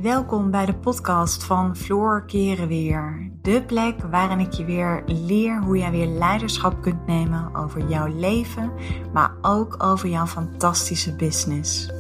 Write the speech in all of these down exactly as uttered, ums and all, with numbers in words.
Welkom bij de podcast van Floor Keren Weer. De plek waarin ik je weer leer hoe jij weer leiderschap kunt nemen over jouw leven, maar ook over jouw fantastische business.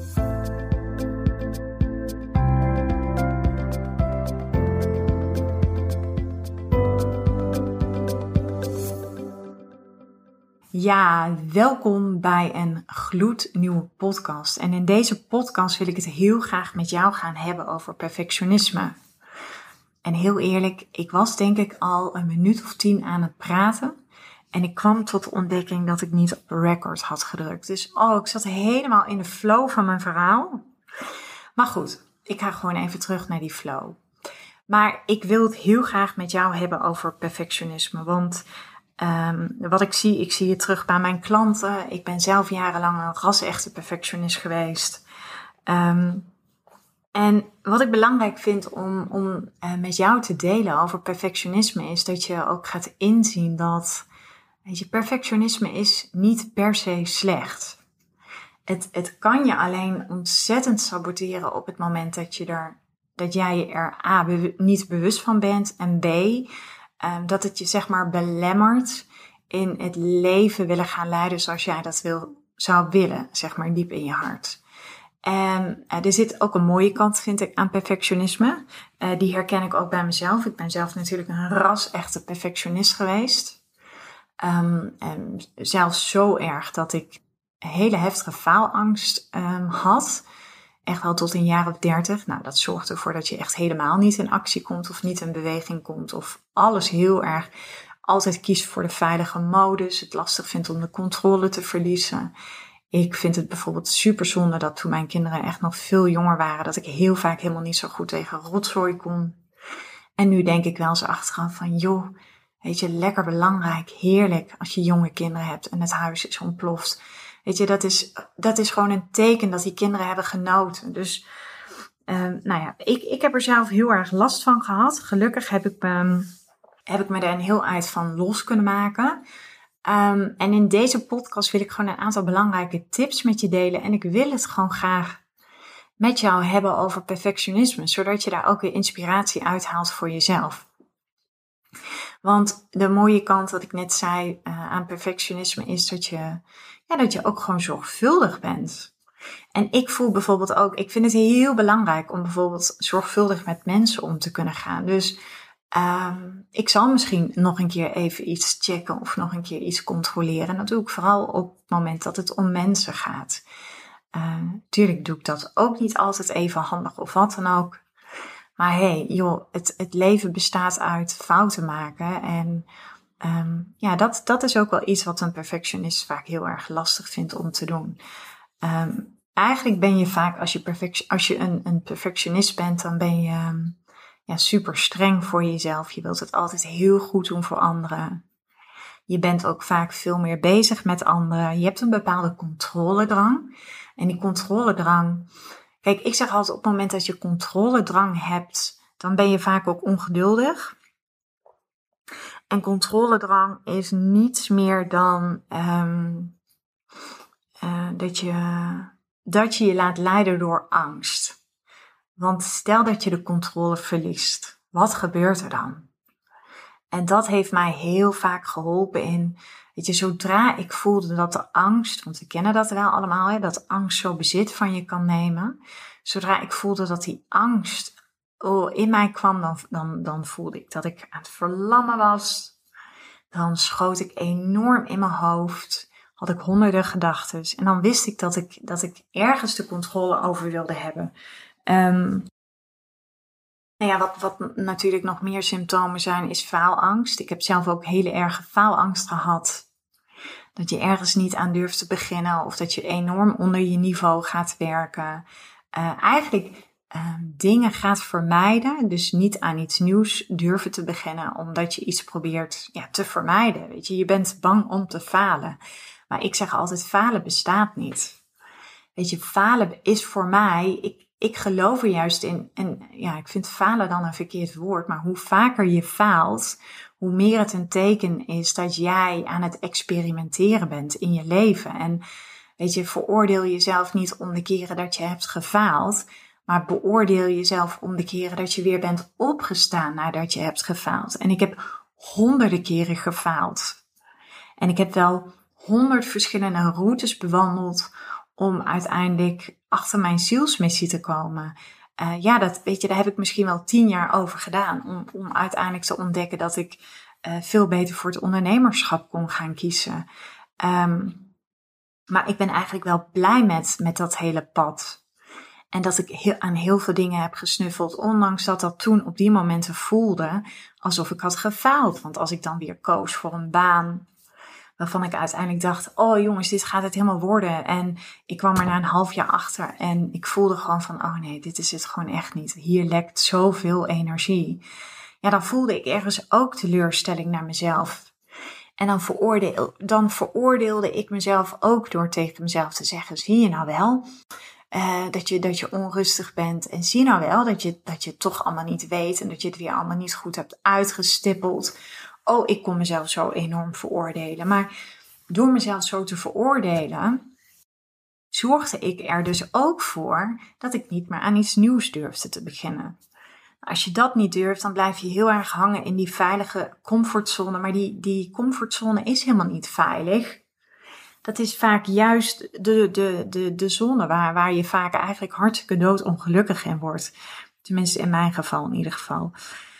Ja, welkom bij een gloednieuwe podcast. En in deze podcast wil ik het heel graag met jou gaan hebben over perfectionisme. En heel eerlijk, ik was denk ik al een minuut of tien aan het praten. En ik kwam tot de ontdekking dat ik niet op record had gedrukt. Dus oh, ik zat helemaal in de flow van mijn verhaal. Maar goed, ik ga gewoon even terug naar die flow. Maar ik wil het heel graag met jou hebben over perfectionisme, want... Um, wat ik zie, ik zie het terug bij mijn klanten. Ik ben zelf jarenlang een ras-echte perfectionist geweest. Um, en wat ik belangrijk vind om, om uh, met jou te delen over perfectionisme is dat je ook gaat inzien dat, weet je, perfectionisme is niet per se slecht. Het, het kan je alleen ontzettend saboteren op het moment dat je er, dat jij je er A, be- niet bewust van bent en B, Um, dat het je zeg maar belemmert in het leven willen gaan leiden zoals jij dat wil, zou willen, zeg maar diep in je hart. En uh, er zit ook een mooie kant, vind ik, aan perfectionisme. Uh, die herken ik ook bij mezelf. Ik ben zelf natuurlijk een ras-echte perfectionist geweest. Um, en zelfs zo erg dat ik hele heftige faalangst um, had. Echt wel tot een jaar of dertig. Nou, dat zorgt ervoor dat je echt helemaal niet in actie komt of niet in beweging komt. Of alles heel erg altijd kiest voor de veilige modus. Het lastig vindt om de controle te verliezen. Ik vind het bijvoorbeeld super zonde dat toen mijn kinderen echt nog veel jonger waren, dat ik heel vaak helemaal niet zo goed tegen rotzooi kon. En nu denk ik wel eens achteraf van, joh, weet je, lekker belangrijk, heerlijk als je jonge kinderen hebt en het huis is ontploft. Weet je, dat is, dat is gewoon een teken dat die kinderen hebben genoten. Dus, uh, nou ja, ik, ik heb er zelf heel erg last van gehad. Gelukkig heb ik, um, heb ik me daar een heel eind van los kunnen maken. Um, en in deze podcast wil ik gewoon een aantal belangrijke tips met je delen. En ik wil het gewoon graag met jou hebben over perfectionisme. Zodat je daar ook weer inspiratie uithaalt voor jezelf. Want de mooie kant, wat ik net zei, uh, aan perfectionisme is dat je, ja, dat je ook gewoon zorgvuldig bent. En ik voel bijvoorbeeld ook, ik vind het heel belangrijk om bijvoorbeeld zorgvuldig met mensen om te kunnen gaan. Dus um, ik zal misschien nog een keer even iets checken of nog een keer iets controleren. En dat doe ik vooral op het moment dat het om mensen gaat. Uh, tuurlijk doe ik dat ook niet altijd even handig of wat dan ook. Maar hey, joh, het, het leven bestaat uit fouten maken. En um, ja, dat, dat is ook wel iets wat een perfectionist vaak heel erg lastig vindt om te doen. Um, eigenlijk ben je vaak, als je, perfect, als je een, een perfectionist bent, dan ben je um, ja, super streng voor jezelf. Je wilt het altijd heel goed doen voor anderen. Je bent ook vaak veel meer bezig met anderen. Je hebt een bepaalde controledrang. En die controledrang... Kijk, ik zeg altijd op het moment dat je controledrang hebt, dan ben je vaak ook ongeduldig. En controledrang is niets meer dan um, uh, dat, je, dat je je laat leiden door angst. Want stel dat je de controle verliest, wat gebeurt er dan? En dat heeft mij heel vaak geholpen in, weet je, zodra ik voelde dat de angst, want we kennen dat wel allemaal, hè, dat angst zo bezit van je kan nemen. Zodra ik voelde dat die angst oh, in mij kwam, dan, dan, dan voelde ik dat ik aan het verlammen was. Dan schoot ik enorm in mijn hoofd, had ik honderden gedachten. En dan wist ik dat ik, dat ik ergens de controle over wilde hebben. Um, Nou ja, wat, wat natuurlijk nog meer symptomen zijn, is faalangst. Ik heb zelf ook hele erge faalangst gehad. Dat je ergens niet aan durft te beginnen of dat je enorm onder je niveau gaat werken. Uh, eigenlijk uh, dingen gaat vermijden, dus niet aan iets nieuws durven te beginnen, omdat je iets probeert ja, te vermijden. Weet je, je bent bang om te falen. Maar ik zeg altijd, falen bestaat niet. Weet je, falen is voor mij... Ik, Ik geloof er juist in, en ja, ik vind falen dan een verkeerd woord, maar hoe vaker je faalt, hoe meer het een teken is dat jij aan het experimenteren bent in je leven. En weet je, veroordeel jezelf niet om de keren dat je hebt gefaald, Maar beoordeel jezelf om de keren dat je weer bent opgestaan nadat je hebt gefaald. En ik heb honderden keren gefaald. En ik heb wel honderd verschillende routes bewandeld om uiteindelijk achter mijn zielsmissie te komen. Uh, ja, dat, weet je, daar heb ik misschien wel tien jaar over gedaan. Om, om uiteindelijk te ontdekken dat ik uh, veel beter voor het ondernemerschap kon gaan kiezen. Um, maar ik ben eigenlijk wel blij met, met dat hele pad. En dat ik heel, aan heel veel dingen heb gesnuffeld. Ondanks dat dat toen op die momenten voelde alsof ik had gefaald. Want als ik dan weer koos voor een baan waarvan ik uiteindelijk dacht, oh jongens, dit gaat het helemaal worden. En ik kwam er na een half jaar achter en ik voelde gewoon van, oh nee, dit is het gewoon echt niet. Hier lekt zoveel energie. Ja, dan voelde ik ergens ook teleurstelling naar mezelf. En dan, veroordeel, dan veroordeelde ik mezelf ook door tegen mezelf te zeggen, zie je nou wel uh, dat, je, dat je onrustig bent. En zie nou wel dat je, dat je het toch allemaal niet weet en dat je het weer allemaal niet goed hebt uitgestippeld. Oh, ik kon mezelf zo enorm veroordelen. Maar door mezelf zo te veroordelen, zorgde ik er dus ook voor dat ik niet meer aan iets nieuws durfde te beginnen. Als je dat niet durft, dan blijf je heel erg hangen in die veilige comfortzone. Maar die, die comfortzone is helemaal niet veilig. Dat is vaak juist de, de, de, de zone waar, waar je vaak eigenlijk hartstikke doodongelukkig in wordt. Tenminste in mijn geval in ieder geval.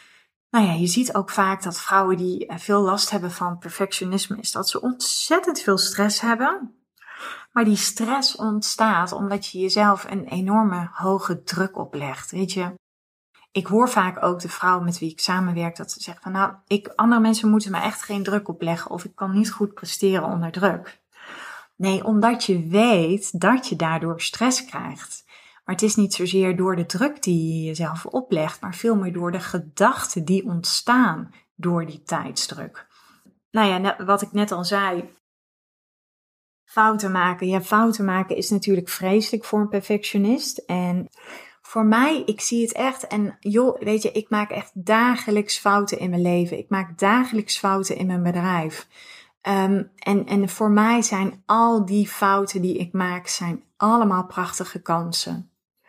Nou ja, je ziet ook vaak dat vrouwen die veel last hebben van perfectionisme, is dat ze ontzettend veel stress hebben. Maar die stress ontstaat omdat je jezelf een enorme hoge druk oplegt. Weet je, ik hoor vaak ook de vrouwen met wie ik samenwerk dat ze zeggen van nou, ik, andere mensen moeten me echt geen druk opleggen of ik kan niet goed presteren onder druk. Nee, omdat je weet dat je daardoor stress krijgt. Maar het is niet zozeer door de druk die je jezelf oplegt, maar veel meer door de gedachten die ontstaan door die tijdsdruk. Nou ja, wat ik net al zei, fouten maken. Ja, fouten maken is natuurlijk vreselijk voor een perfectionist. En voor mij, ik zie het echt. En joh, weet je, ik maak echt dagelijks fouten in mijn leven. Ik maak dagelijks fouten in mijn bedrijf. Um, en, en voor mij zijn al die fouten die ik maak, zijn allemaal prachtige kansen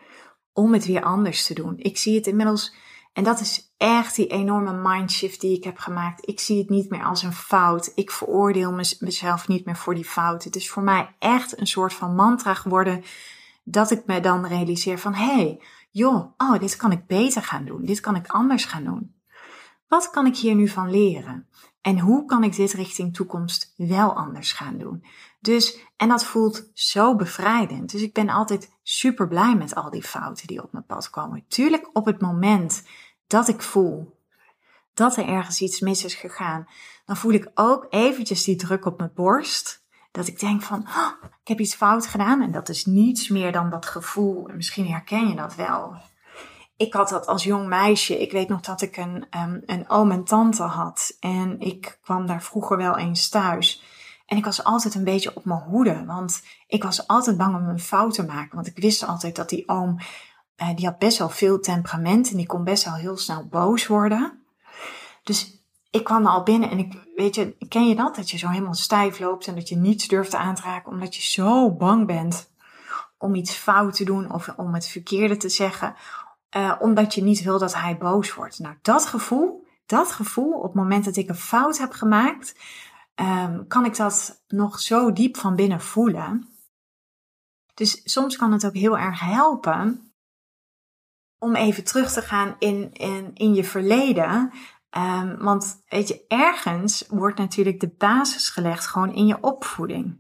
om het weer anders te doen. Ik zie het inmiddels, en dat is echt die enorme mindshift die ik heb gemaakt. Ik zie het niet meer als een fout. Ik veroordeel mezelf niet meer voor die fouten. Het is voor mij echt een soort van mantra geworden, dat ik me dan realiseer van, hé, hey, joh, oh, dit kan ik beter gaan doen. Dit kan ik anders gaan doen. Wat kan ik hier nu van leren? En hoe kan ik dit richting toekomst wel anders gaan doen? Dus, en dat voelt zo bevrijdend. Dus ik ben altijd super blij met al die fouten die op mijn pad komen. Tuurlijk op het moment dat ik voel dat er ergens iets mis is gegaan, dan voel ik ook eventjes die druk op mijn borst. Dat ik denk van, oh, ik heb iets fout gedaan. En dat is niets meer dan dat gevoel. En misschien herken je dat wel. Ik had dat als jong meisje. Ik weet nog dat ik een, um, een oom en tante had. En ik kwam daar vroeger wel eens thuis. En ik was altijd een beetje op mijn hoede. Want ik was altijd bang om een fout te maken. Want ik wist altijd dat die oom, uh, die had best wel veel temperament. En die kon best wel heel snel boos worden. Dus ik kwam al binnen en ik, weet je, ken je dat? Dat je zo helemaal stijf loopt en dat je niets durft aan te raken. Omdat je zo bang bent om iets fout te doen of om het verkeerde te zeggen. Uh, omdat je niet wil dat hij boos wordt. Nou, dat gevoel, dat gevoel op het moment dat ik een fout heb gemaakt, um, kan ik dat nog zo diep van binnen voelen. Dus soms kan het ook heel erg helpen om even terug te gaan in, in, in je verleden. Um, want weet je, ergens wordt natuurlijk de basis gelegd gewoon in je opvoeding.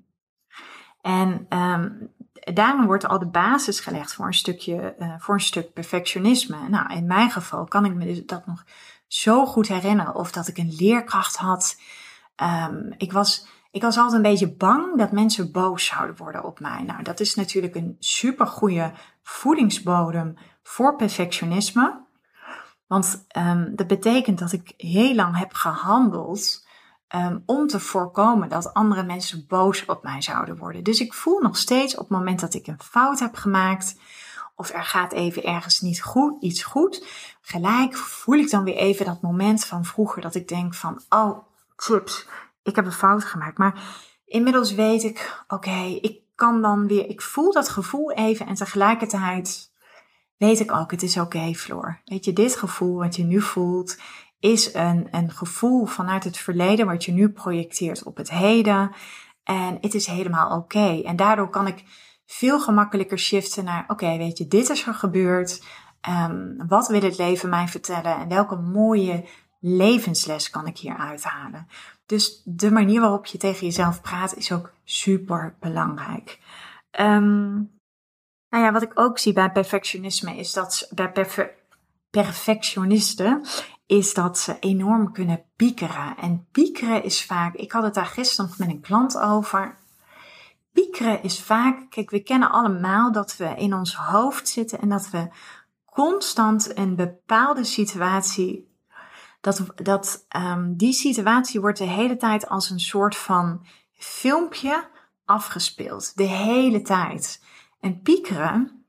En um, daarom wordt al de basis gelegd voor een stukje, uh, voor een stuk perfectionisme. Nou, in mijn geval kan ik me dus dat nog zo goed herinneren. Of dat ik een leerkracht had. Um, ik was, ik was altijd een beetje bang dat mensen boos zouden worden op mij. Nou, dat is natuurlijk een supergoeie voedingsbodem voor perfectionisme. Want um, dat betekent dat ik heel lang heb gehandeld Um, om te voorkomen dat andere mensen boos op mij zouden worden. Dus ik voel nog steeds op het moment dat ik een fout heb gemaakt, of er gaat even ergens niet goed, iets goed, gelijk voel ik dan weer even dat moment van vroeger dat ik denk van, oh, chips, ik heb een fout gemaakt. Maar inmiddels weet ik, oké, okay, ik kan dan weer, ik voel dat gevoel even en tegelijkertijd weet ik ook, het is oké, okay, Floor. Weet je, dit gevoel wat je nu voelt is een, een gevoel vanuit het verleden wat je nu projecteert op het heden. En het is helemaal oké. Okay. En daardoor kan ik veel gemakkelijker shiften naar, oké, okay, weet je, dit is er gebeurd. Um, wat wil het leven mij vertellen? En welke mooie levensles kan ik hier uithalen? Dus de manier waarop je tegen jezelf praat is ook super belangrijk. Um, nou ja, wat ik ook zie bij perfectionisme is dat bij perfe- perfectionisten is dat ze enorm kunnen piekeren. En piekeren is vaak, ik had het daar gisteren nog met een klant over. Piekeren is vaak, kijk, we kennen allemaal dat we in ons hoofd zitten en dat we constant een bepaalde situatie, dat, dat um, die situatie wordt de hele tijd als een soort van filmpje afgespeeld. De hele tijd. En piekeren,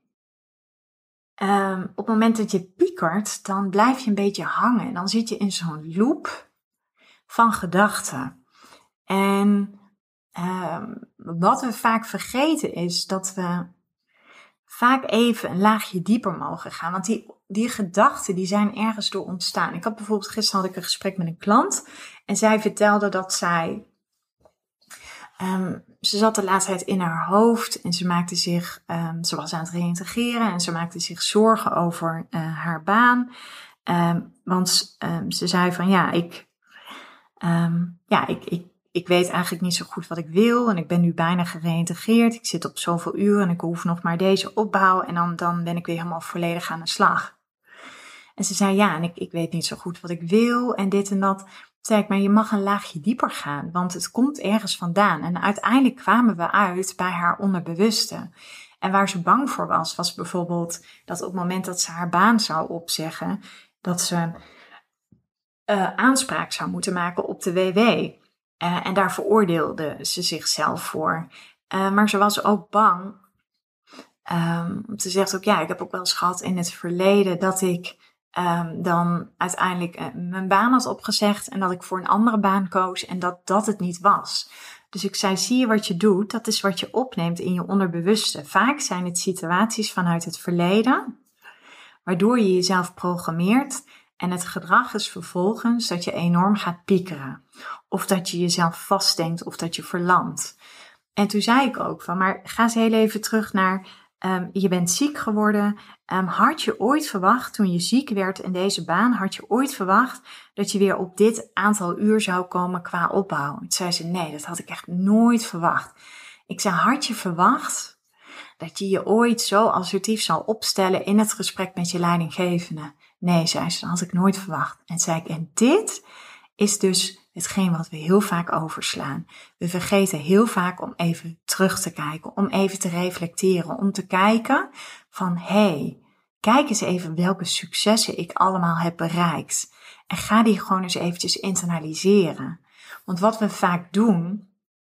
um, op het moment dat je piekert, dan blijf je een beetje hangen. Dan zit je in zo'n loop van gedachten. En um, wat we vaak vergeten is dat we vaak even een laagje dieper mogen gaan. Want die, die gedachten die zijn ergens door ontstaan. Ik had bijvoorbeeld, gisteren had ik een gesprek met een klant. En zij vertelde dat zij, um, ze zat de laatste tijd in haar hoofd. En ze maakte zich, um, ze was aan het reïntegreren. En ze maakte zich zorgen over uh, haar baan. Um, want um, ze zei van ja, ik, um, ja, ik, ik Ik weet eigenlijk niet zo goed wat ik wil en ik ben nu bijna gereïntegreerd. Ik zit op zoveel uren en ik hoef nog maar deze opbouw en dan, dan ben ik weer helemaal volledig aan de slag. En ze zei ja, en ik, ik weet niet zo goed wat ik wil en dit en dat. Toen zei ik, maar je mag een laagje dieper gaan, want het komt ergens vandaan. En uiteindelijk kwamen we uit bij haar onderbewuste. En waar ze bang voor was, was bijvoorbeeld dat op het moment dat ze haar baan zou opzeggen, dat ze uh, aanspraak zou moeten maken op de W W. Uh, en daar veroordeelde ze zichzelf voor. Uh, maar ze was ook bang. Um, ze zegt ook, ja, ik heb ook wel eens gehad in het verleden dat ik um, dan uiteindelijk uh, mijn baan had opgezegd en dat ik voor een andere baan koos en dat dat het niet was. Dus ik zei, zie je wat je doet? Dat is wat je opneemt in je onderbewuste. Vaak zijn het situaties vanuit het verleden, waardoor je jezelf programmeert. En het gedrag is vervolgens dat je enorm gaat piekeren. Of dat je jezelf vastdenkt of dat je verlamt. En toen zei ik ook van, maar ga eens heel even terug naar, um, je bent ziek geworden. Um, had je ooit verwacht, toen je ziek werd in deze baan, had je ooit verwacht dat je weer op dit aantal uur zou komen qua opbouw? Toen zei ze, nee, dat had ik echt nooit verwacht. Ik zei, had je verwacht dat je je ooit zo assertief zou opstellen in het gesprek met je leidinggevende? Nee, zei ze, dat had ik nooit verwacht. En zei ik, en dit is dus hetgeen wat we heel vaak overslaan. We vergeten heel vaak om even terug te kijken, om even te reflecteren, om te kijken van, hé, hey, kijk eens even welke successen ik allemaal heb bereikt. En ga die gewoon eens eventjes internaliseren. Want wat we vaak doen,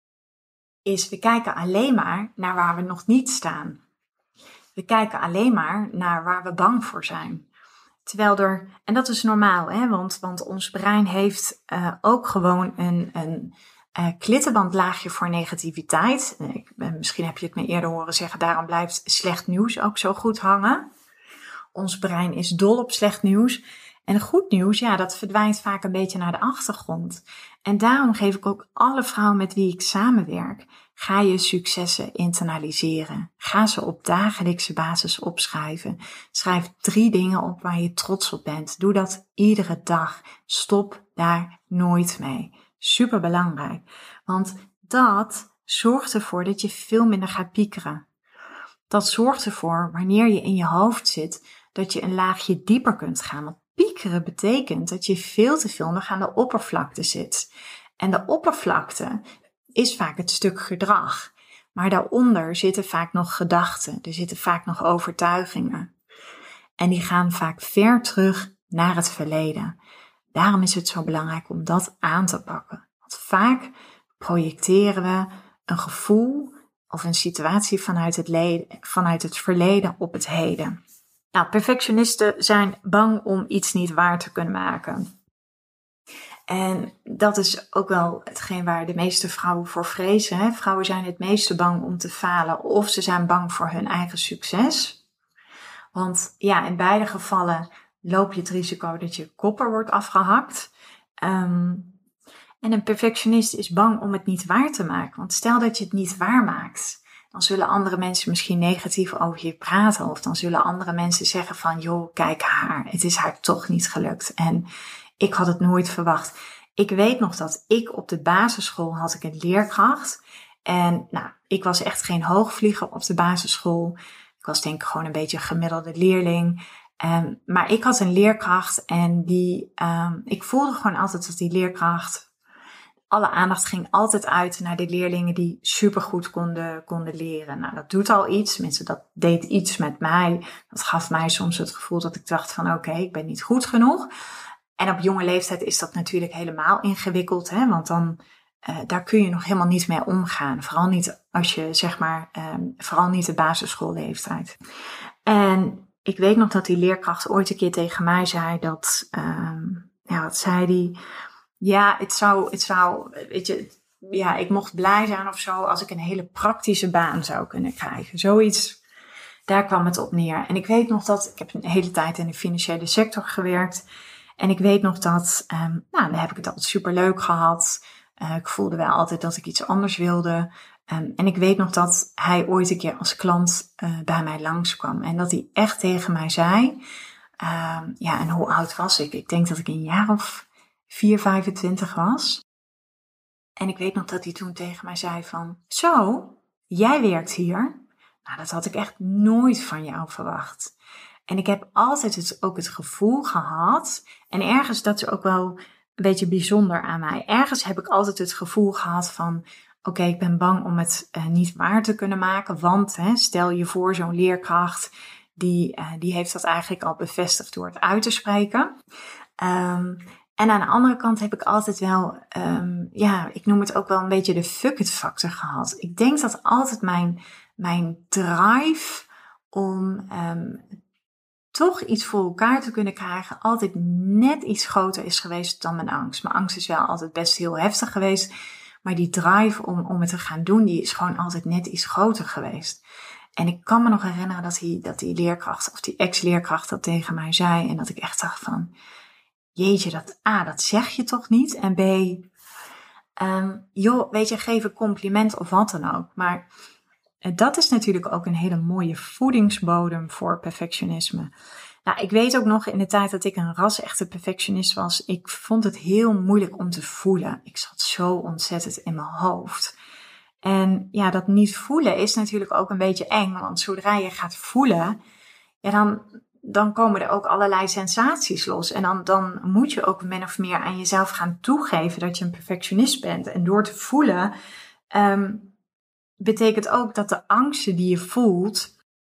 is we kijken alleen maar naar waar we nog niet staan. We kijken alleen maar naar waar we bang voor zijn. Terwijl er, en dat is normaal, hè, want, want ons brein heeft uh, ook gewoon een, een uh, klittenbandlaagje voor negativiteit. Ik, misschien heb je het me eerder horen zeggen, daarom blijft slecht nieuws ook zo goed hangen. Ons brein is dol op slecht nieuws. En goed nieuws, ja, dat verdwijnt vaak een beetje naar de achtergrond. En daarom geef ik ook alle vrouwen met wie ik samenwerk, ga je successen internaliseren. Ga ze op dagelijkse basis opschrijven. Schrijf drie dingen op waar je trots op bent. Doe dat iedere dag. Stop daar nooit mee. Super belangrijk. Want dat zorgt ervoor dat je veel minder gaat piekeren. Dat zorgt ervoor, wanneer je in je hoofd zit, dat je een laagje dieper kunt gaan. Want piekeren betekent dat je veel te veel nog aan de oppervlakte zit. En de oppervlakte is vaak het stuk gedrag. Maar daaronder zitten vaak nog gedachten. Er zitten vaak nog overtuigingen. En die gaan vaak ver terug naar het verleden. Daarom is het zo belangrijk om dat aan te pakken. Want vaak projecteren we een gevoel of een situatie vanuit het, leden, vanuit het verleden op het heden. Nou, perfectionisten zijn bang om iets niet waar te kunnen maken. En dat is ook wel hetgeen waar de meeste vrouwen voor vrezen. Hè? Vrouwen zijn het meeste bang om te falen of ze zijn bang voor hun eigen succes. Want ja, in beide gevallen loop je het risico dat je kopper wordt afgehakt. Um, en een perfectionist is bang om het niet waar te maken. Want stel dat je het niet waar maakt, dan zullen andere mensen misschien negatief over je praten. Of dan zullen andere mensen zeggen van, joh, kijk haar, het is haar toch niet gelukt. En ik had het nooit verwacht. Ik weet nog dat ik op de basisschool had ik een leerkracht. En nou, ik was echt geen hoogvlieger op de basisschool. Ik was denk ik gewoon een beetje een gemiddelde leerling. Um, maar ik had een leerkracht en die, um, ik voelde gewoon altijd dat die leerkracht, alle aandacht ging altijd uit naar de leerlingen die supergoed konden, konden leren. Nou, dat doet al iets. Mensen, dat deed iets met mij. Dat gaf mij soms het gevoel dat ik dacht van, oké, okay, ik ben niet goed genoeg. En op jonge leeftijd is dat natuurlijk helemaal ingewikkeld, hè? Want dan, uh, daar kun je nog helemaal niet mee omgaan. Vooral niet als je, zeg maar, um, vooral niet de basisschoolleeftijd. En ik weet nog dat die leerkracht ooit een keer tegen mij zei dat, um, ja, wat zei die? Ja, het zou, het zou, weet je, ja, ik mocht blij zijn of zo als ik een hele praktische baan zou kunnen krijgen. Zoiets, daar kwam het op neer. En ik weet nog dat, ik heb een hele tijd in de financiële sector gewerkt. En ik weet nog dat, um, nou, dan heb ik het altijd superleuk gehad. Uh, ik voelde wel altijd dat ik iets anders wilde. Um, en ik weet nog dat hij ooit een keer als klant uh, bij mij langskwam. En dat hij echt tegen mij zei, um, ja, en hoe oud was ik? Ik denk dat ik een jaar of vier, vijfentwintig was. En ik weet nog dat hij toen tegen mij zei van, zo, jij werkt hier? Nou, dat had ik echt nooit van jou verwacht. En ik heb altijd het, ook het gevoel gehad, en ergens dat is ook wel een beetje bijzonder aan mij. Ergens heb ik altijd het gevoel gehad van, oké, okay, ik ben bang om het uh, niet waar te kunnen maken. Want hè, stel je voor zo'n leerkracht, die, uh, die heeft dat eigenlijk al bevestigd door het uit te spreken. Um, en aan de andere kant heb ik altijd wel, um, ja, ik noem het ook wel een beetje de fuck it factor gehad. Ik denk dat altijd mijn, mijn drive om um, toch iets voor elkaar te kunnen krijgen altijd net iets groter is geweest dan mijn angst. Mijn angst is wel altijd best heel heftig geweest, maar die drive om, om het te gaan doen, die is gewoon altijd net iets groter geweest. En ik kan me nog herinneren dat die, dat die leerkracht of die ex-leerkracht dat tegen mij zei en dat ik echt dacht van, jeetje, dat A, dat zeg je toch niet? En B, um, joh, weet je, geef een compliment of wat dan ook. Maar uh, dat is natuurlijk ook een hele mooie voedingsbodem voor perfectionisme. Nou, ik weet ook nog in de tijd dat ik een ras-echte perfectionist was, ik vond het heel moeilijk om te voelen. Ik zat zo ontzettend in mijn hoofd. En ja, dat niet voelen is natuurlijk ook een beetje eng, want zodra je gaat voelen, ja, dan, dan komen er ook allerlei sensaties los. En dan, dan moet je ook min of meer aan jezelf gaan toegeven dat je een perfectionist bent. En door te voelen, um, betekent ook dat de angsten die je voelt,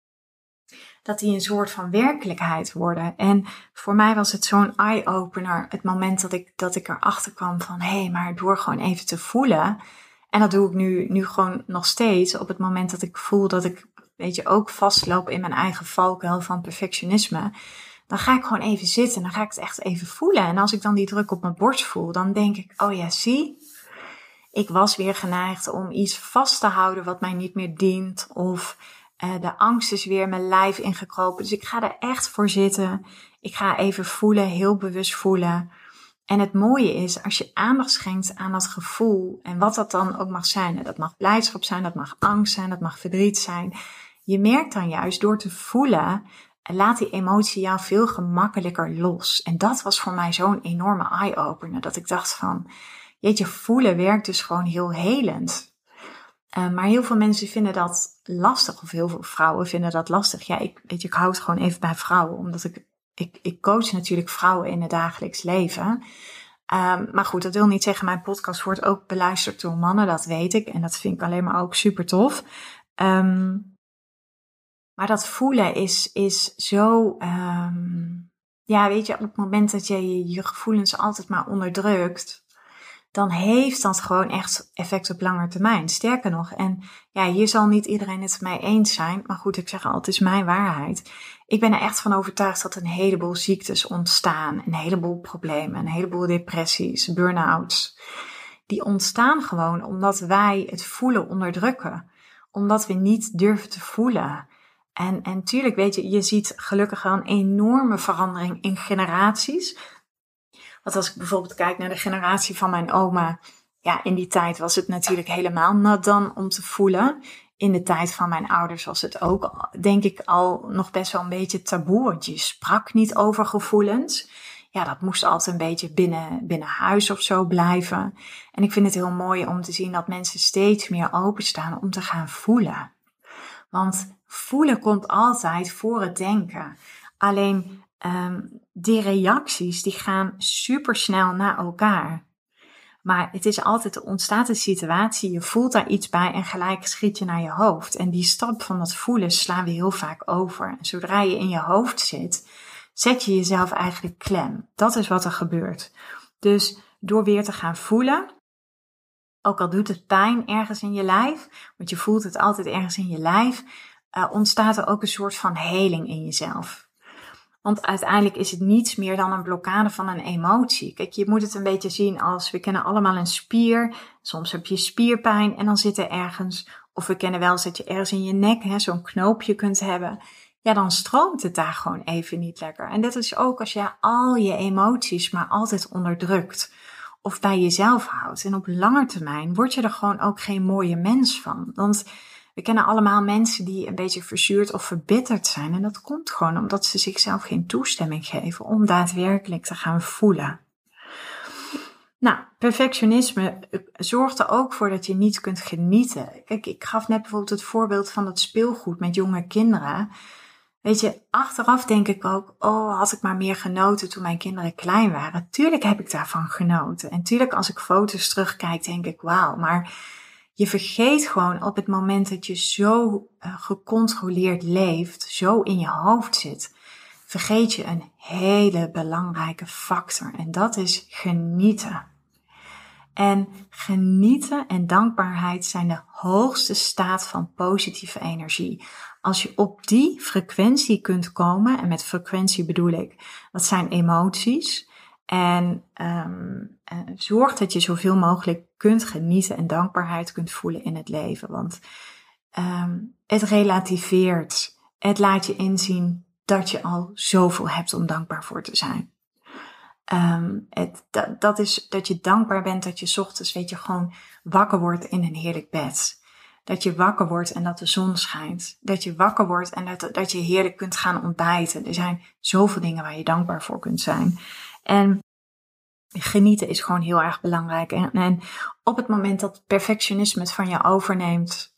dat die een soort van werkelijkheid worden. En voor mij was het zo'n eye-opener, het moment dat ik, dat ik erachter kwam van, hé, hey, maar door gewoon even te voelen. En dat doe ik nu, nu gewoon nog steeds op het moment dat ik voel dat ik, weet je, ook vastloop in mijn eigen valkuil van perfectionisme. Dan ga ik gewoon even zitten, dan ga ik het echt even voelen. En als ik dan die druk op mijn borst voel, dan denk ik, oh ja, zie, ik was weer geneigd om iets vast te houden wat mij niet meer dient. Of uh, de angst is weer mijn lijf ingekropen. Dus ik ga er echt voor zitten. Ik ga even voelen, heel bewust voelen. En het mooie is, als je aandacht schenkt aan dat gevoel, en wat dat dan ook mag zijn, dat mag blijdschap zijn, dat mag angst zijn, dat mag verdriet zijn. Je merkt dan juist, door te voelen, laat die emotie jou veel gemakkelijker los. En dat was voor mij zo'n enorme eye-opener, dat ik dacht van, jeetje, voelen werkt dus gewoon heel helend. Uh, maar heel veel mensen vinden dat lastig, of heel veel vrouwen vinden dat lastig. Ja, ik, weet je, ik hou het gewoon even bij vrouwen, omdat ik Ik, ik coach natuurlijk vrouwen in het dagelijks leven. Um, maar goed, dat wil niet zeggen, mijn podcast wordt ook beluisterd door mannen, dat weet ik. En dat vind ik alleen maar ook super tof. Um, maar dat voelen is, is zo, um, ja, weet je, op het moment dat je, je je gevoelens altijd maar onderdrukt, dan heeft dat gewoon echt effect op lange termijn. Sterker nog, en ja, hier zal niet iedereen het mee eens zijn, maar goed, ik zeg al, het is mijn waarheid. Ik ben er echt van overtuigd dat een heleboel ziektes ontstaan, een heleboel problemen, een heleboel depressies, burn-outs. Die ontstaan gewoon omdat wij het voelen onderdrukken. Omdat we niet durven te voelen. En, en tuurlijk, weet je, je ziet gelukkig wel een enorme verandering in generaties. Want als ik bijvoorbeeld kijk naar de generatie van mijn oma. Ja, in die tijd was het natuurlijk helemaal nat dan om te voelen. In de tijd van mijn ouders was het ook, denk ik, al nog best wel een beetje taboe. Want je sprak niet over gevoelens. Ja, dat moest altijd een beetje binnen, binnen huis of zo blijven. En ik vind het heel mooi om te zien dat mensen steeds meer openstaan om te gaan voelen. Want voelen komt altijd voor het denken. Alleen um, die reacties die gaan supersnel naar elkaar. Maar het is altijd, er ontstaat een situatie, je voelt daar iets bij en gelijk schiet je naar je hoofd. En die stap van dat voelen slaan we heel vaak over. En zodra je in je hoofd zit, zet je jezelf eigenlijk klem. Dat is wat er gebeurt. Dus door weer te gaan voelen, ook al doet het pijn ergens in je lijf, want je voelt het altijd ergens in je lijf, uh, ontstaat er ook een soort van heling in jezelf. Want uiteindelijk is het niets meer dan een blokkade van een emotie. Kijk, je moet het een beetje zien als, we kennen allemaal een spier. Soms heb je spierpijn en dan zit er ergens, of we kennen wel eens dat je ergens in je nek hè, zo'n knoopje kunt hebben. Ja, dan stroomt het daar gewoon even niet lekker. En dat is ook als je al je emoties maar altijd onderdrukt of bij jezelf houdt. En op lange termijn word je er gewoon ook geen mooie mens van. Want we kennen allemaal mensen die een beetje verzuurd of verbitterd zijn. En dat komt gewoon omdat ze zichzelf geen toestemming geven om daadwerkelijk te gaan voelen. Nou, perfectionisme zorgt er ook voor dat je niet kunt genieten. Kijk, ik gaf net bijvoorbeeld het voorbeeld van het speelgoed met jonge kinderen. Weet je, achteraf denk ik ook, oh, had ik maar meer genoten toen mijn kinderen klein waren. Tuurlijk heb ik daarvan genoten. En tuurlijk als ik foto's terugkijk, denk ik, wauw, maar je vergeet gewoon op het moment dat je zo uh, gecontroleerd leeft, zo in je hoofd zit, vergeet je een hele belangrijke factor. En dat is genieten. En genieten en dankbaarheid zijn de hoogste staat van positieve energie. Als je op die frequentie kunt komen, en met frequentie bedoel ik, dat zijn emoties. En um, uh, zorg dat je zoveel mogelijk kunt genieten en dankbaarheid kunt voelen in het leven. Want um, het relativeert. Het laat je inzien dat je al zoveel hebt om dankbaar voor te zijn. Um, het, dat, dat is dat je dankbaar bent dat je 's ochtends, weet je, gewoon wakker wordt in een heerlijk bed. Dat je wakker wordt en dat de zon schijnt. Dat je wakker wordt en dat, dat je heerlijk kunt gaan ontbijten. Er zijn zoveel dingen waar je dankbaar voor kunt zijn. En genieten is gewoon heel erg belangrijk. En, en op het moment dat perfectionisme het van je overneemt,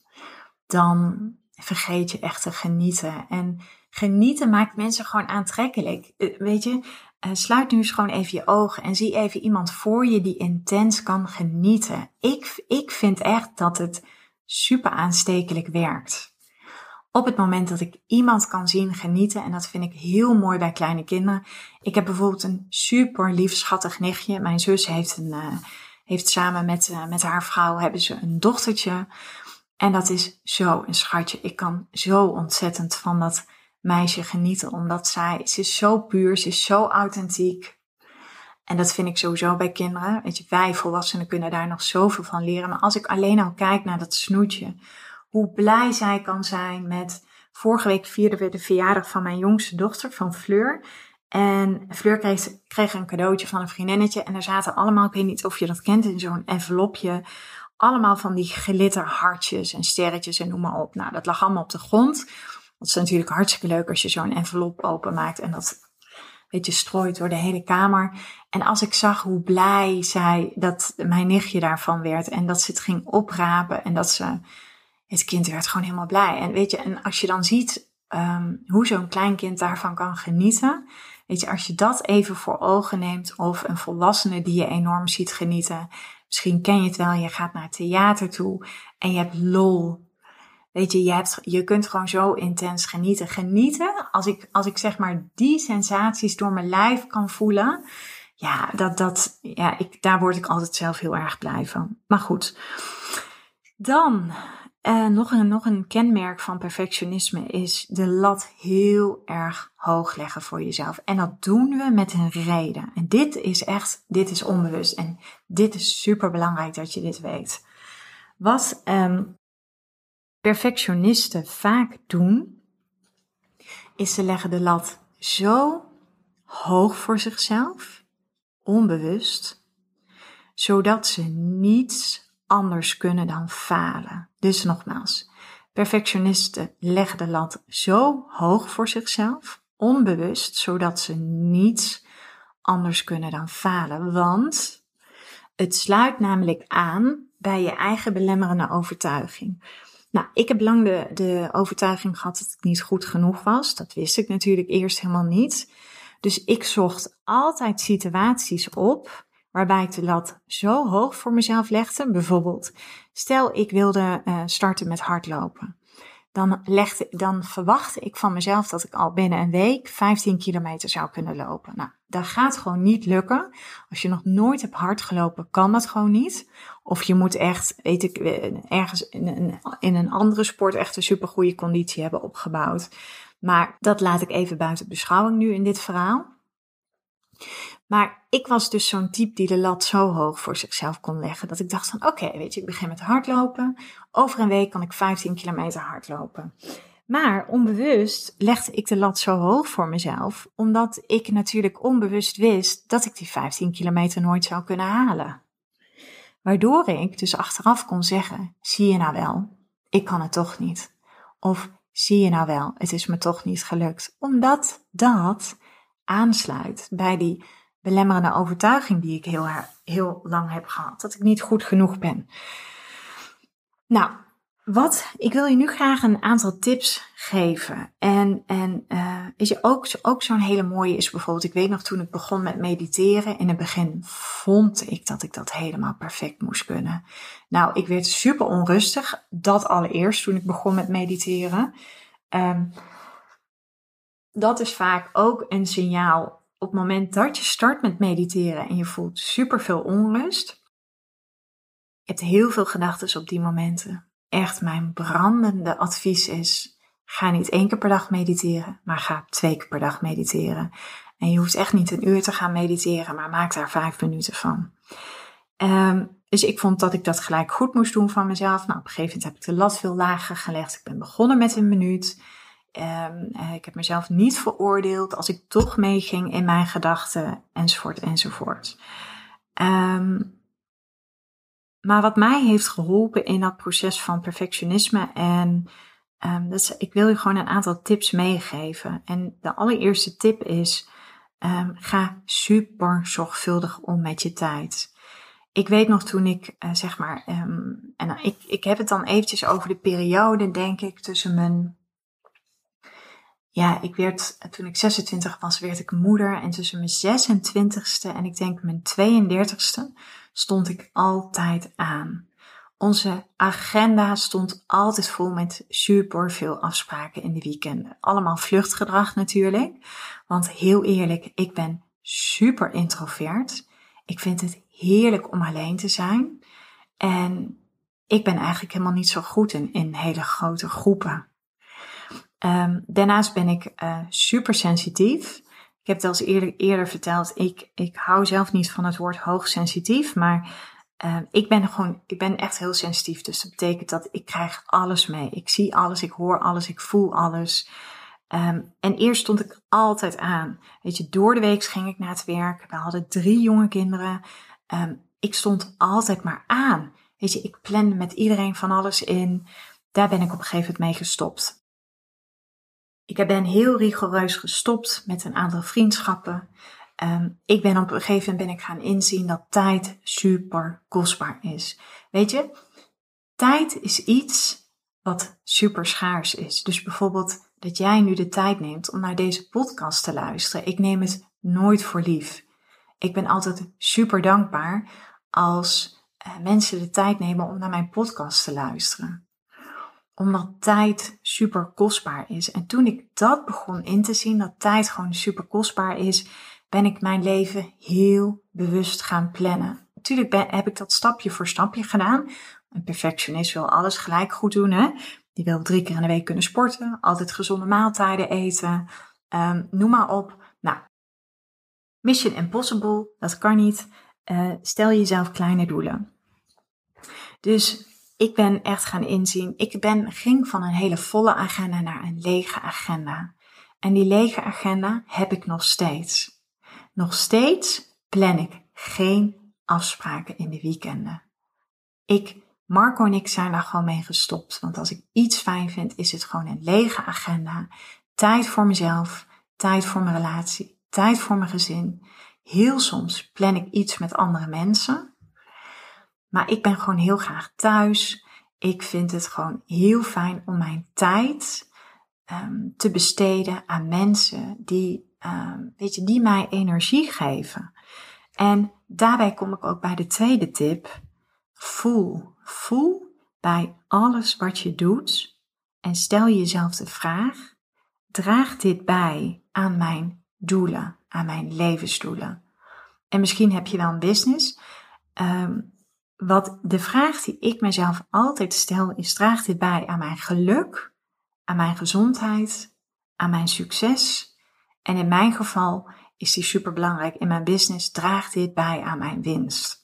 dan vergeet je echt te genieten. En genieten maakt mensen gewoon aantrekkelijk. Weet je, uh, sluit nu eens gewoon even je ogen en zie even iemand voor je die intens kan genieten. Ik, ik vind echt dat het super aanstekelijk werkt. Op het moment dat ik iemand kan zien genieten, en dat vind ik heel mooi bij kleine kinderen. Ik heb bijvoorbeeld een super lief schattig nichtje. Mijn zus heeft, een, uh, heeft samen met, uh, met haar vrouw hebben ze een dochtertje. En dat is zo een schatje. Ik kan zo ontzettend van dat meisje genieten, omdat zij, ze is zo puur, ze is zo authentiek. En dat vind ik sowieso bij kinderen. Weet je, wij volwassenen kunnen daar nog zoveel van leren. Maar als ik alleen al kijk naar dat snoetje, hoe blij zij kan zijn met, vorige week vierden we de verjaardag van mijn jongste dochter, van Fleur. En Fleur kreeg, kreeg een cadeautje van een vriendinnetje. En er zaten allemaal, ik weet niet of je dat kent, in zo'n envelopje, allemaal van die glitterhartjes en sterretjes en noem maar op. Nou, dat lag allemaal op de grond. Dat is natuurlijk hartstikke leuk als je zo'n envelop openmaakt en dat, weet je, strooit door de hele kamer. En als ik zag hoe blij zij, dat mijn nichtje daarvan werd en dat ze het ging oprapen en dat ze, het kind werd gewoon helemaal blij. En weet je, en als je dan ziet um, hoe zo'n klein kind daarvan kan genieten, weet je, als je dat even voor ogen neemt, of een volwassene die je enorm ziet genieten, misschien ken je het wel, je gaat naar het theater toe en je hebt lol. Weet je, je, hebt, je kunt gewoon zo intens genieten. Genieten, als ik, als ik zeg maar die sensaties door mijn lijf kan voelen, ja, dat, dat, ja ik, daar word ik altijd zelf heel erg blij van. Maar goed, dan uh, nog, een, nog een kenmerk van perfectionisme is de lat heel erg hoog leggen voor jezelf. En dat doen we met een reden. En dit is echt, dit is onbewust. En dit is super belangrijk dat je dit weet. Wat um, perfectionisten vaak doen, is ze leggen de lat zo hoog voor zichzelf, onbewust, zodat ze niets anders kunnen dan falen. Dus nogmaals, perfectionisten leggen de lat zo hoog voor zichzelf, onbewust, zodat ze niets anders kunnen dan falen. Want het sluit namelijk aan bij je eigen belemmerende overtuiging. Nou, ik heb lang de, de overtuiging gehad dat ik niet goed genoeg was. Dat wist ik natuurlijk eerst helemaal niet. Dus ik zocht altijd situaties op waarbij ik de lat zo hoog voor mezelf legde. Bijvoorbeeld, stel ik wilde uh, starten met hardlopen. Dan, legde, dan verwachtte ik van mezelf dat ik al binnen een week vijftien kilometer zou kunnen lopen. Nou, dat gaat gewoon niet lukken. Als je nog nooit hebt hard gelopen, kan dat gewoon niet. Of je moet echt, weet ik, ergens in een, in een andere sport echt een supergoeie conditie hebben opgebouwd. Maar dat laat ik even buiten beschouwing nu in dit verhaal. Maar ik was dus zo'n type die de lat zo hoog voor zichzelf kon leggen. Dat ik dacht van, oké, okay, weet je, ik begin met hardlopen. Over een week kan ik vijftien kilometer hardlopen. Maar onbewust legde ik de lat zo hoog voor mezelf. Omdat ik natuurlijk onbewust wist dat ik die vijftien kilometer nooit zou kunnen halen. Waardoor ik dus achteraf kon zeggen, zie je nou wel, ik kan het toch niet. Of zie je nou wel, het is me toch niet gelukt. Omdat dat aansluit bij die belemmerende overtuiging die ik heel, heel lang heb gehad. Dat ik niet goed genoeg ben. Nou, wat, ik wil je nu graag een aantal tips geven. En, en uh, is je ook, ook zo'n hele mooie is bijvoorbeeld, ik weet nog toen ik begon met mediteren, in het begin vond ik dat ik dat helemaal perfect moest kunnen. Nou, ik werd super onrustig, dat allereerst toen ik begon met mediteren. Um, dat is vaak ook een signaal op het moment dat je start met mediteren en je voelt super veel onrust. Je hebt heel veel gedachten op die momenten. Echt, mijn brandende advies is, ga niet één keer per dag mediteren, maar ga twee keer per dag mediteren. En je hoeft echt niet een uur te gaan mediteren, maar maak daar vijf minuten van. Um, dus ik vond dat ik dat gelijk goed moest doen van mezelf. Nou, op een gegeven moment heb ik de lat veel lager gelegd. Ik ben begonnen met een minuut. Um, ik heb mezelf niet veroordeeld als ik toch meeging in mijn gedachten, enzovoort, enzovoort. Um, Maar wat mij heeft geholpen in dat proces van perfectionisme, en um, dat is, ik wil je gewoon een aantal tips meegeven. En de allereerste tip is, um, ga super zorgvuldig om met je tijd. Ik weet nog toen ik, uh, zeg maar, um, en ik, ik heb het dan eventjes over de periode, denk ik, tussen mijn, ja, ik werd, toen ik zesentwintig was, werd ik moeder. En tussen mijn zesentwintigste en ik denk mijn tweeëndertigste stond ik altijd aan. Onze agenda stond altijd vol met super veel afspraken in de weekenden. Allemaal vluchtgedrag natuurlijk. Want heel eerlijk, ik ben super introvert. Ik vind het heerlijk om alleen te zijn. En ik ben eigenlijk helemaal niet zo goed in, in hele grote groepen. Um, daarnaast ben ik uh, super sensitief. Ik heb het al eens eerder, eerder verteld. Ik, ik hou zelf niet van het woord hoogsensitief. Maar uh, ik ben gewoon, ik ben echt heel sensitief. Dus dat betekent dat ik krijg alles mee. Ik zie alles, ik hoor alles, ik voel alles. Um, en eerst stond ik altijd aan. Weet je, door de week ging ik naar het werk. We hadden drie jonge kinderen. Um, ik stond altijd maar aan. Weet je, ik plande met iedereen van alles in. Daar ben ik op een gegeven moment mee gestopt. Ik ben heel rigoureus gestopt met een aantal vriendschappen. Um, ik ben op een gegeven moment ben ik gaan inzien dat tijd super kostbaar is. Weet je, tijd is iets wat super schaars is. Dus bijvoorbeeld dat jij nu de tijd neemt om naar deze podcast te luisteren. Ik neem het nooit voor lief. Ik ben altijd super dankbaar als uh, mensen de tijd nemen om naar mijn podcast te luisteren. Omdat tijd super kostbaar is. En toen ik dat begon in te zien, dat tijd gewoon super kostbaar is, ben ik mijn leven heel bewust gaan plannen. Natuurlijk ben, heb ik dat stapje voor stapje gedaan. Een perfectionist wil alles gelijk goed doen. Hè? Die wil drie keer in de week kunnen sporten, altijd gezonde maaltijden eten, um, noem maar op. Nou, Mission Impossible, dat kan niet. Uh, stel jezelf kleine doelen. Dus ik ben echt gaan inzien, ik ben, ging van een hele volle agenda naar een lege agenda. En die lege agenda heb ik nog steeds. Nog steeds plan ik geen afspraken in de weekenden. Ik, Marco en ik zijn daar gewoon mee gestopt. Want als ik iets fijn vind, is het gewoon een lege agenda. Tijd voor mezelf, tijd voor mijn relatie, tijd voor mijn gezin. Heel soms plan ik iets met andere mensen. Maar ik ben gewoon heel graag thuis. Ik vind het gewoon heel fijn om mijn tijd um, te besteden aan mensen die, um, weet je, die mij energie geven. En daarbij kom ik ook bij de tweede tip. Voel, voel bij alles wat je doet en stel jezelf de vraag, draagt dit bij aan mijn doelen, aan mijn levensdoelen? En misschien heb je wel een business. Um, wat de vraag die ik mezelf altijd stel is, draagt dit bij aan mijn geluk, aan mijn gezondheid, aan mijn succes? En in mijn geval is die superbelangrijk. In mijn business draagt dit bij aan mijn winst.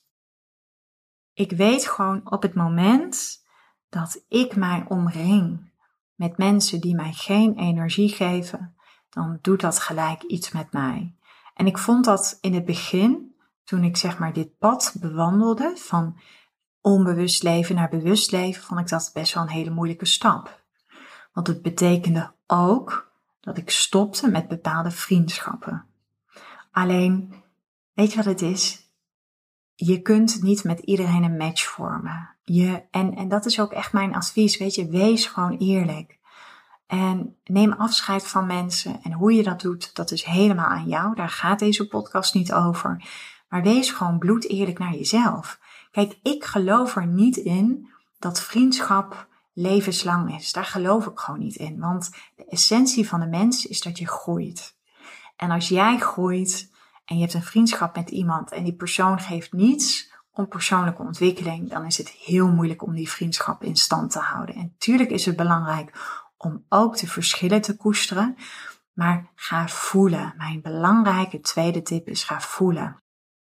Ik weet gewoon op het moment dat ik mij omring met mensen die mij geen energie geven, dan doet dat gelijk iets met mij. En ik vond dat in het begin, toen ik zeg maar dit pad bewandelde, van onbewust leven naar bewust leven, vond ik dat best wel een hele moeilijke stap. Want het betekende ook dat ik stopte met bepaalde vriendschappen. Alleen, weet je wat het is? Je kunt niet met iedereen een match vormen. Je, en, en dat is ook echt mijn advies, weet je, wees gewoon eerlijk. En neem afscheid van mensen. En hoe je dat doet, dat is helemaal aan jou. Daar gaat deze podcast niet over. Maar wees gewoon bloedeerlijk naar jezelf. Kijk, ik geloof er niet in dat vriendschap levenslang is. Daar geloof ik gewoon niet in. Want de essentie van de mens is dat je groeit. En als jij groeit en je hebt een vriendschap met iemand en die persoon geeft niets om persoonlijke ontwikkeling, dan is het heel moeilijk om die vriendschap in stand te houden. En tuurlijk is het belangrijk om ook de verschillen te koesteren, maar ga voelen. Mijn belangrijke tweede tip is ga voelen.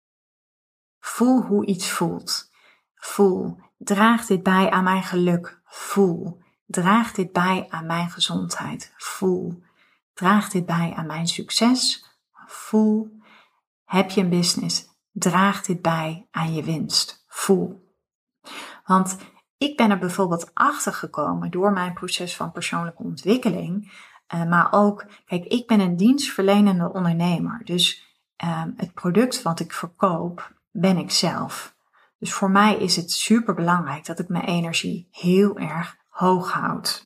Voel hoe iets voelt. Voel, draagt dit bij aan mijn geluk? Voel, draagt dit bij aan mijn gezondheid? Voel, draagt dit bij aan mijn succes? Voel, heb je een business? Draagt dit bij aan je winst? Voel. Want ik ben er bijvoorbeeld achter gekomen door mijn proces van persoonlijke ontwikkeling. Uh, maar ook, kijk, ik ben een dienstverlenende ondernemer. Dus uh, het product wat ik verkoop, ben ik zelf. Dus voor mij is het super belangrijk dat ik mijn energie heel erg hoog houd.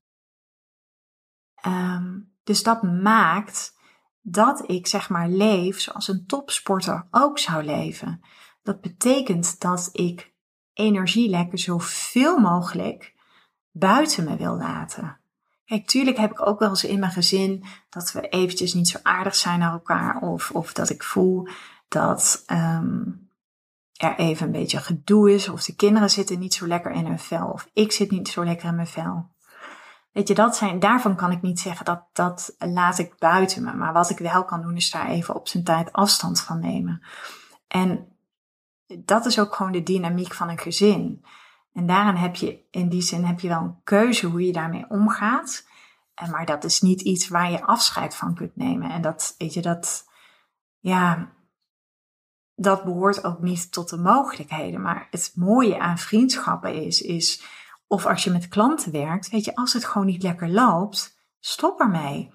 Um, dus dat maakt dat ik zeg maar leef zoals een topsporter ook zou leven. Dat betekent dat ik energielekken zoveel mogelijk buiten me wil laten. Kijk, tuurlijk heb ik ook wel eens in mijn gezin dat we eventjes niet zo aardig zijn naar elkaar. Of, of dat ik voel dat um, er even een beetje gedoe is. Of de kinderen zitten niet zo lekker in hun vel. Of ik zit niet zo lekker in mijn vel. Weet je, dat zijn, daarvan kan ik niet zeggen dat dat laat ik buiten me. Maar wat ik wel kan doen is daar even op zijn tijd afstand van nemen. En dat is ook gewoon de dynamiek van een gezin. En daarin heb je, in die zin heb je wel een keuze hoe je daarmee omgaat. Maar dat is niet iets waar je afscheid van kunt nemen. En dat, weet je, dat, ja, dat behoort ook niet tot de mogelijkheden. Maar het mooie aan vriendschappen is, is, of als je met klanten werkt, weet je, als het gewoon niet lekker loopt, stop ermee.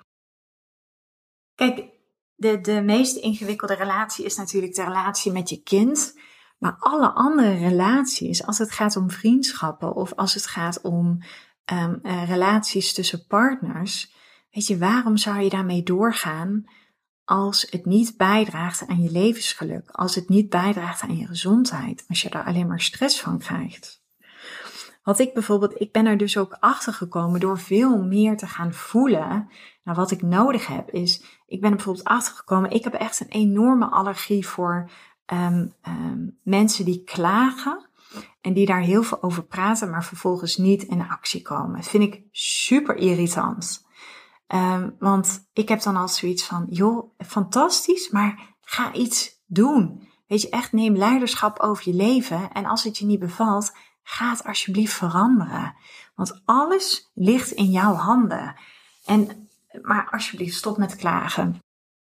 Kijk, de, de meest ingewikkelde relatie is natuurlijk de relatie met je kind. Maar alle andere relaties, als het gaat om vriendschappen of als het gaat om um, uh, relaties tussen partners, weet je, waarom zou je daarmee doorgaan als het niet bijdraagt aan je levensgeluk, als het niet bijdraagt aan je gezondheid, als je daar alleen maar stress van krijgt? Wat ik bijvoorbeeld, ik ben er dus ook achter gekomen door veel meer te gaan voelen. Nou, wat ik nodig heb is, ik ben er bijvoorbeeld achter gekomen, ik heb echt een enorme allergie voor Um, um, mensen die klagen en die daar heel veel over praten, maar vervolgens niet in actie komen. Dat vind ik super irritant. Um, want ik heb dan al zoiets van, joh, fantastisch, maar ga iets doen. Weet je, echt neem leiderschap over je leven en als het je niet bevalt, ga het alsjeblieft veranderen. Want alles ligt in jouw handen. En maar alsjeblieft, stop met klagen.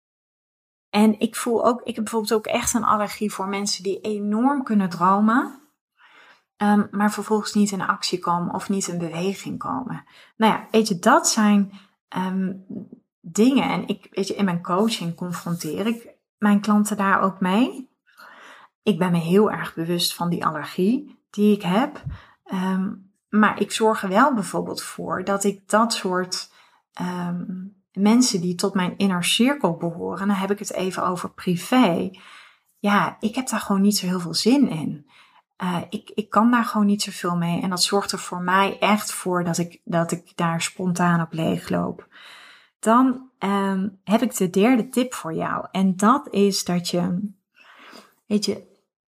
En ik voel ook, ik heb bijvoorbeeld ook echt een allergie voor mensen die enorm kunnen dromen, um, maar vervolgens niet in actie komen of niet in beweging komen. Nou ja, weet je, dat zijn um, dingen. En ik, weet je, in mijn coaching confronteer ik mijn klanten daar ook mee. Ik ben me heel erg bewust van die allergie die ik heb. Um, maar ik zorg er wel bijvoorbeeld voor dat ik dat soort um, mensen die tot mijn inner cirkel behoren, dan heb ik het even over privé. Ja, ik heb daar gewoon niet zo heel veel zin in. Uh, ik, ik kan daar gewoon niet zoveel mee. En dat zorgt er voor mij echt voor dat ik, dat ik daar spontaan op leegloop. Dan um, heb ik de derde tip voor jou. En dat is dat je, weet je,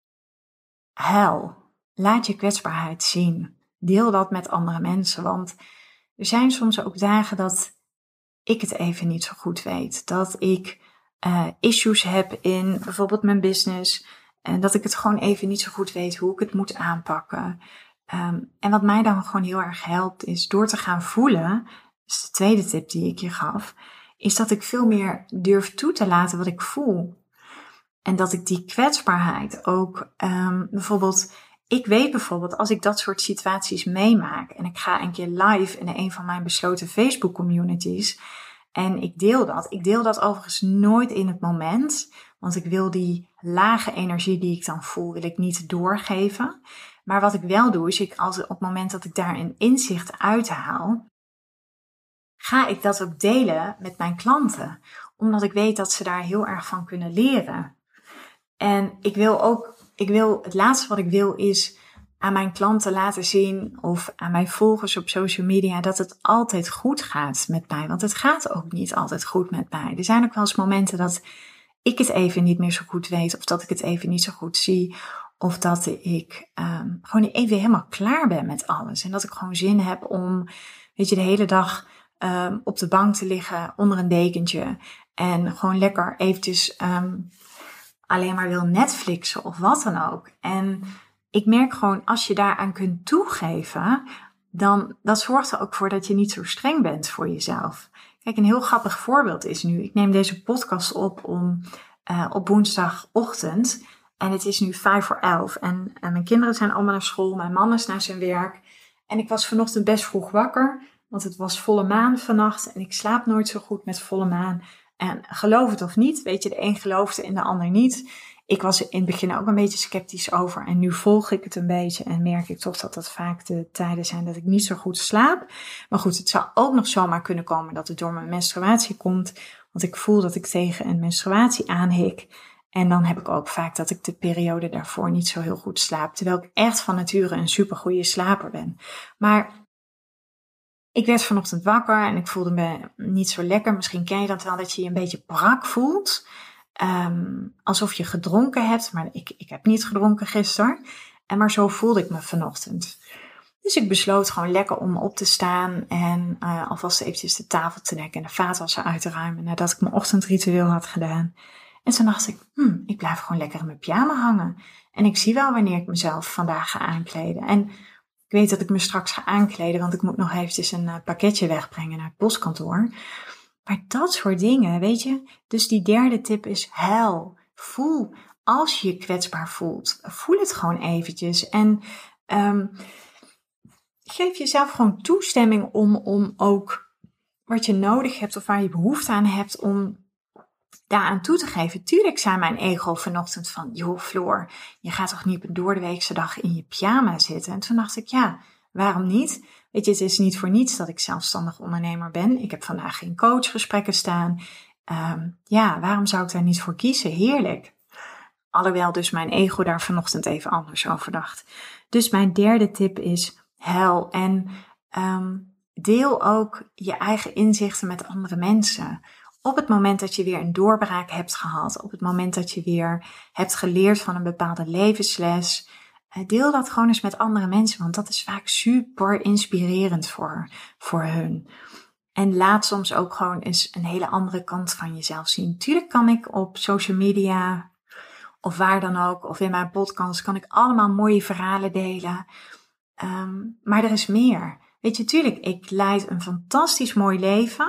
huil. Laat je kwetsbaarheid zien. Deel dat met andere mensen. Want er zijn soms ook dagen dat ik het even niet zo goed weet. Dat ik uh, issues heb in bijvoorbeeld mijn business. En dat ik het gewoon even niet zo goed weet hoe ik het moet aanpakken. Um, en wat mij dan gewoon heel erg helpt is door te gaan voelen. Dus de tweede tip die ik je gaf. Is dat ik veel meer durf toe te laten wat ik voel. En dat ik die kwetsbaarheid ook um, bijvoorbeeld. Ik weet bijvoorbeeld als ik dat soort situaties meemaak. En ik ga een keer live in een van mijn besloten Facebook communities. En ik deel dat. Ik deel dat overigens nooit in het moment. Want ik wil die lage energie die ik dan voel, wil ik niet doorgeven. Maar wat ik wel doe, is ik, als, op het moment dat ik daar een inzicht uithaal, ga ik dat ook delen met mijn klanten. Omdat ik weet dat ze daar heel erg van kunnen leren. En ik wil ook, ik wil, het laatste wat ik wil is aan mijn klanten laten zien of aan mijn volgers op social media dat het altijd goed gaat met mij. Want het gaat ook niet altijd goed met mij. Er zijn ook wel eens momenten dat ik het even niet meer zo goed weet of dat ik het even niet zo goed zie. Of dat ik um, gewoon even helemaal klaar ben met alles. En dat ik gewoon zin heb om, weet je, de hele dag um, op de bank te liggen onder een dekentje. En gewoon lekker eventjes um, alleen maar wil Netflixen of wat dan ook. En ik merk gewoon, als je daaraan kunt toegeven, dan dat zorgt er ook voor dat je niet zo streng bent voor jezelf. Kijk, een heel grappig voorbeeld is nu, ik neem deze podcast op om uh, op woensdagochtend. En het is nu vijf voor elf. En, en mijn kinderen zijn allemaal naar school, mijn man is naar zijn werk. En ik was vanochtend best vroeg wakker, want het was volle maan vannacht. En ik slaap nooit zo goed met volle maan. En geloof het of niet, weet je, de een geloofde en de ander niet. Ik was in het begin ook een beetje sceptisch over. En nu volg ik het een beetje en merk ik toch dat dat vaak de tijden zijn dat ik niet zo goed slaap. Maar goed, het zou ook nog zomaar kunnen komen dat het door mijn menstruatie komt. Want ik voel dat ik tegen een menstruatie aanhik. En dan heb ik ook vaak dat ik de periode daarvoor niet zo heel goed slaap. Terwijl ik echt van nature een supergoeie slaper ben. Maar ik werd vanochtend wakker en ik voelde me niet zo lekker. Misschien ken je dat wel, dat je je een beetje brak voelt. Um, alsof je gedronken hebt, maar ik, ik heb niet gedronken gisteren. En maar zo voelde ik me vanochtend. Dus ik besloot gewoon lekker om op te staan en uh, alvast eventjes de tafel te dekken en de vaatwasser uit te ruimen nadat ik mijn ochtendritueel had gedaan. En toen dacht ik, hmm, ik blijf gewoon lekker in mijn pyjama hangen. En ik zie wel wanneer ik mezelf vandaag ga aankleden. En ik weet dat ik me straks ga aankleden, want ik moet nog eventjes een uh, pakketje wegbrengen naar het postkantoor. Maar dat soort dingen, weet je. Dus die derde tip is huil. Voel, als je je kwetsbaar voelt, voel het gewoon eventjes. En um, geef jezelf gewoon toestemming om, om ook wat je nodig hebt of waar je behoefte aan hebt om daaraan toe te geven. Tuurlijk zei mijn ego vanochtend van, joh Floor, je gaat toch niet op een doordeweekse dag in je pyjama zitten? En toen dacht ik, ja, waarom niet? Weet je, het is niet voor niets dat ik zelfstandig ondernemer ben. Ik heb vandaag geen coachgesprekken staan. Um, ja, waarom zou ik daar niet voor kiezen? Heerlijk. Alhoewel dus mijn ego daar vanochtend even anders over dacht. Dus mijn derde tip is huil. En um, deel ook je eigen inzichten met andere mensen. Op het moment dat je weer een doorbraak hebt gehad. Op het moment dat je weer hebt geleerd van een bepaalde levensles. Deel dat gewoon eens met andere mensen, want dat is vaak super inspirerend voor, voor hun. En laat soms ook gewoon eens een hele andere kant van jezelf zien. Tuurlijk kan ik op social media of waar dan ook, of in mijn podcast, kan ik allemaal mooie verhalen delen. Um, maar er is meer. Weet je, tuurlijk, ik leid een fantastisch mooi leven.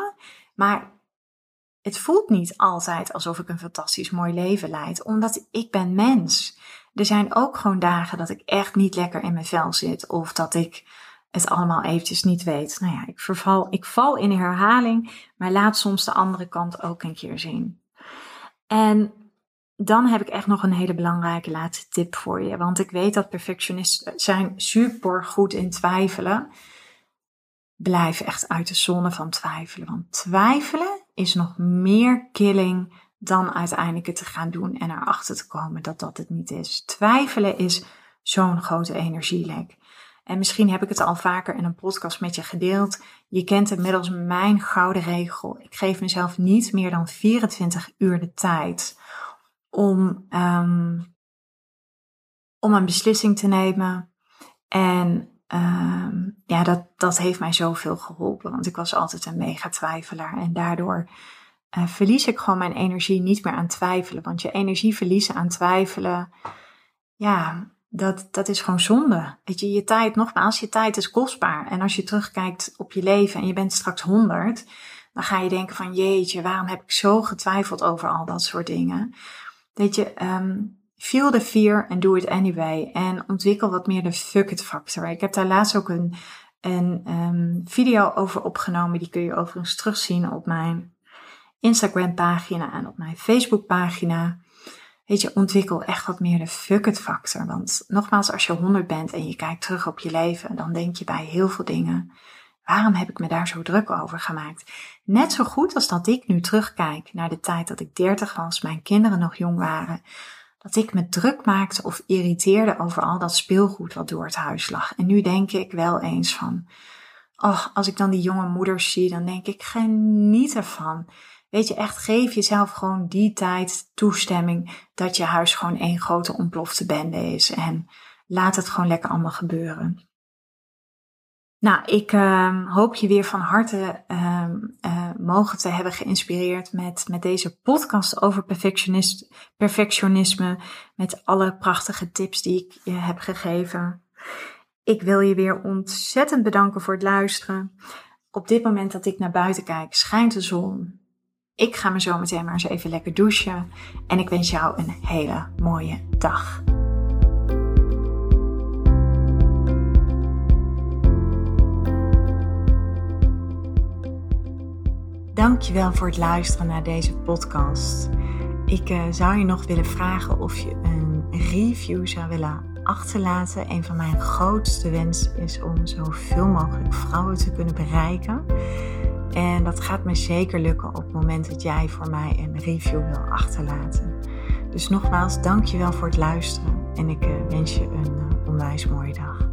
Maar het voelt niet altijd alsof ik een fantastisch mooi leven leid, omdat ik ben mens. Er zijn ook gewoon dagen dat ik echt niet lekker in mijn vel zit of dat ik het allemaal eventjes niet weet. Nou ja, ik, verval, ik val in herhaling, maar laat soms de andere kant ook een keer zien. En dan heb ik echt nog een hele belangrijke laatste tip voor je. Want ik weet dat perfectionisten zijn super goed in twijfelen. Blijf echt uit de zone van twijfelen. Want twijfelen is nog meer killing dan uiteindelijk het te gaan doen en erachter te komen dat dat het niet is. Twijfelen is zo'n grote energielek. En misschien heb ik het al vaker in een podcast met je gedeeld. Je kent inmiddels mijn gouden regel. Ik geef mezelf niet meer dan vierentwintig uur de tijd om, um, om een beslissing te nemen. En um, ja, dat, dat heeft mij zoveel geholpen. Want ik was altijd een mega twijfelaar. En daardoor uh, verlies ik gewoon mijn energie niet meer aan twijfelen. Want je energie verliezen aan twijfelen, ja, dat, dat is gewoon zonde. Weet je, je tijd, nogmaals, je tijd is kostbaar. En als je terugkijkt op je leven en je bent straks honderd, dan ga je denken van jeetje, waarom heb ik zo getwijfeld over al dat soort dingen? Weet je, um, feel the fear and do it anyway. En ontwikkel wat meer de fuck it factor. Ik heb daar laatst ook een, een um, video over opgenomen. Die kun je overigens terugzien op mijn Instagram pagina en op mijn Facebook pagina. Weet je, ontwikkel echt wat meer de fuck it factor. Want nogmaals, als je honderd bent en je kijkt terug op je leven, dan denk je bij heel veel dingen, waarom heb ik me daar zo druk over gemaakt? Net zo goed als dat ik nu terugkijk naar de tijd dat ik dertig was, mijn kinderen nog jong waren, dat ik me druk maakte of irriteerde over al dat speelgoed wat door het huis lag. En nu denk ik wel eens van, oh, als ik dan die jonge moeders zie, dan denk ik, geniet ervan. Weet je, echt geef jezelf gewoon die tijd, toestemming, dat je huis gewoon één grote ontplofte bende is. En laat het gewoon lekker allemaal gebeuren. Nou, ik uh, hoop je weer van harte uh, uh, mogen te hebben geïnspireerd met, met deze podcast over perfectionisme. Met alle prachtige tips die ik je heb gegeven. Ik wil je weer ontzettend bedanken voor het luisteren. Op dit moment dat ik naar buiten kijk, schijnt de zon. Ik ga me zo meteen maar eens even lekker douchen. En ik wens jou een hele mooie dag. Dankjewel voor het luisteren naar deze podcast. Ik uh, zou je nog willen vragen of je een review zou willen achterlaten. Een van mijn grootste wensen is om zoveel mogelijk vrouwen te kunnen bereiken. En dat gaat me zeker lukken op het moment dat jij voor mij een review wil achterlaten. Dus nogmaals, dankjewel voor het luisteren. En ik uh, wens je een uh, onwijs mooie dag.